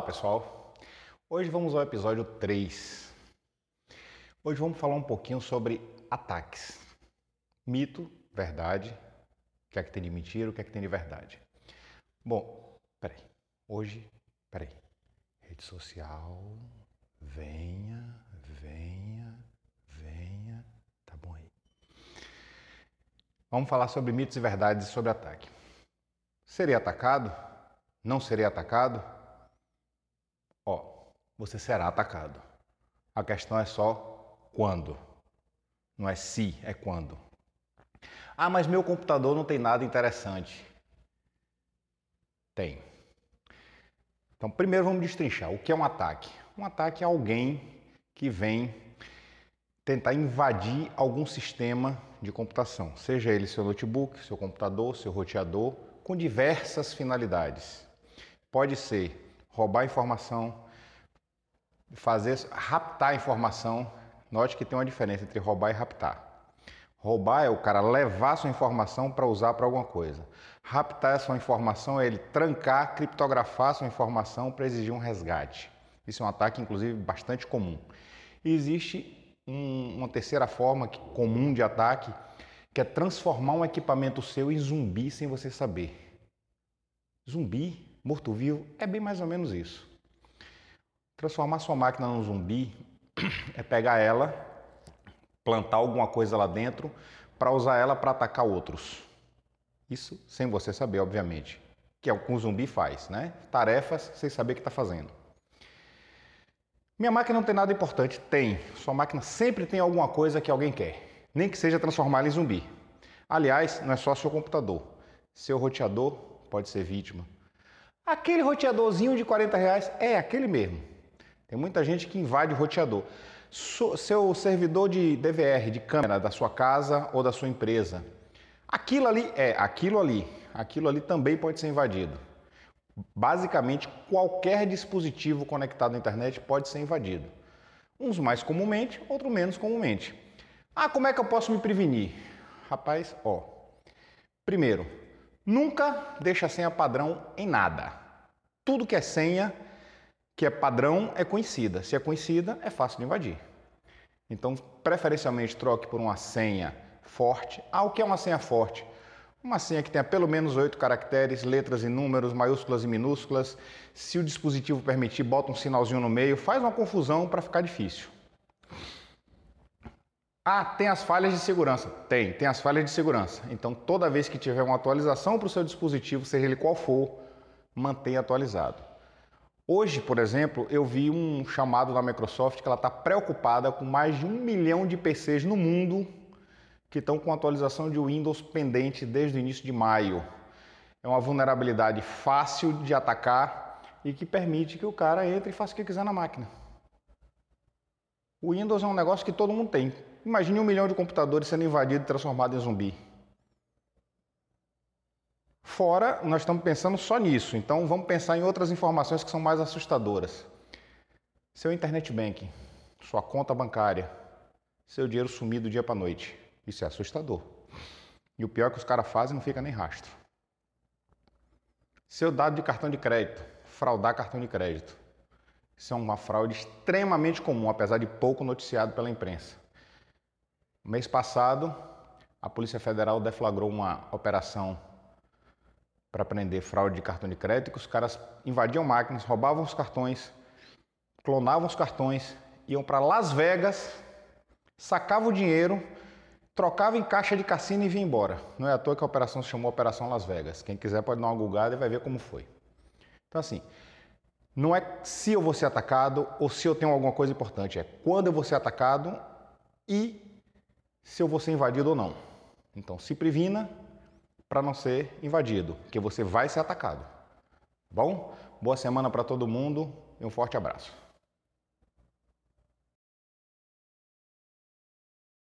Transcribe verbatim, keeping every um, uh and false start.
Olá pessoal, hoje vamos ao episódio três. Hoje vamos falar um pouquinho sobre ataques. Mito, verdade, o que é que tem de mentira, o que é que tem de verdade. Bom, peraí, hoje, peraí, rede social, venha, venha, venha, tá bom aí. Vamos falar sobre mitos e verdades sobre ataque. Seria atacado? Não seria atacado? Ó, você será atacado. A questão é só quando. Não é se, é quando. Ah, mas meu computador não tem nada interessante. Tem. Então, primeiro vamos destrinchar. O que é um ataque? Um ataque é alguém que vem tentar invadir algum sistema de computação. Seja ele seu notebook, seu computador, seu roteador, com diversas finalidades. Pode ser roubar informação, fazer, raptar informação. Note que tem uma diferença entre roubar e raptar. Roubar é o cara levar sua informação para usar para alguma coisa. Raptar sua informação é ele trancar, criptografar sua informação para exigir um resgate. Isso é um ataque, inclusive, bastante comum. E existe um, uma terceira forma que, comum de ataque, que é transformar um equipamento seu em zumbi sem você saber. Zumbi, morto-vivo, é bem mais ou menos isso. Transformar sua máquina num zumbi é pegar ela, plantar alguma coisa lá dentro para usar ela para atacar outros. Isso sem você saber, obviamente. Que é o que um zumbi faz, né? Tarefas sem saber o que está fazendo. Minha máquina não tem nada importante? Tem. Sua máquina sempre tem alguma coisa que alguém quer. Nem que seja transformá-la em zumbi. Aliás, não é só seu computador. Seu roteador pode ser vítima. Aquele roteadorzinho de quarenta reais é aquele mesmo. Tem muita gente que invade o roteador. Seu servidor de D V R, de câmera da sua casa ou da sua empresa. Aquilo ali é, aquilo ali. Aquilo ali também pode ser invadido. Basicamente, qualquer dispositivo conectado à internet pode ser invadido. Uns mais comumente, outros menos comumente. Ah, como é que eu posso me prevenir? Rapaz, ó. Primeiro, nunca deixa a senha padrão em nada. Tudo que é senha, que é padrão, é conhecida. Se é conhecida, é fácil de invadir. Então, preferencialmente, troque por uma senha forte. Ah, o que é uma senha forte? Uma senha que tenha pelo menos oito caracteres, letras e números, maiúsculas e minúsculas. Se o dispositivo permitir, bota um sinalzinho no meio. Faz uma confusão para ficar difícil. Ah, tem as falhas de segurança. Tem, tem as falhas de segurança. Então, toda vez que tiver uma atualização para o seu dispositivo, seja ele qual for, mantenha atualizado. Hoje, por exemplo, eu vi um chamado da Microsoft que ela está preocupada com mais de um milhão de P Cs no mundo que estão com atualização de Windows pendente desde o início de maio. É uma vulnerabilidade fácil de atacar e que permite que o cara entre e faça o que quiser na máquina. O Windows é um negócio que todo mundo tem. Imagine um milhão de computadores sendo invadido e transformado em zumbi. Fora, nós estamos pensando só nisso, então vamos pensar em outras informações que são mais assustadoras. Seu internet banking, sua conta bancária, seu dinheiro sumido do dia para a noite. Isso é assustador. E o pior é que os caras fazem não fica nem rastro. Seu dado de cartão de crédito, fraudar cartão de crédito. Isso é uma fraude extremamente comum, apesar de pouco noticiado pela imprensa. Mês passado, a Polícia Federal deflagrou uma operação para prender fraude de cartão de crédito, que os caras invadiam máquinas, roubavam os cartões, clonavam os cartões, iam para Las Vegas, sacavam o dinheiro, trocavam em caixa de cassino e vinham embora. Não é à toa que a operação se chamou Operação Las Vegas. Quem quiser pode dar uma googada e vai ver como foi. Então assim, não é se eu vou ser atacado ou se eu tenho alguma coisa importante, é quando eu vou ser atacado e se eu vou ser invadido ou não. Então se previna para não ser invadido, porque você vai ser atacado. Bom? Boa semana para todo mundo e um forte abraço.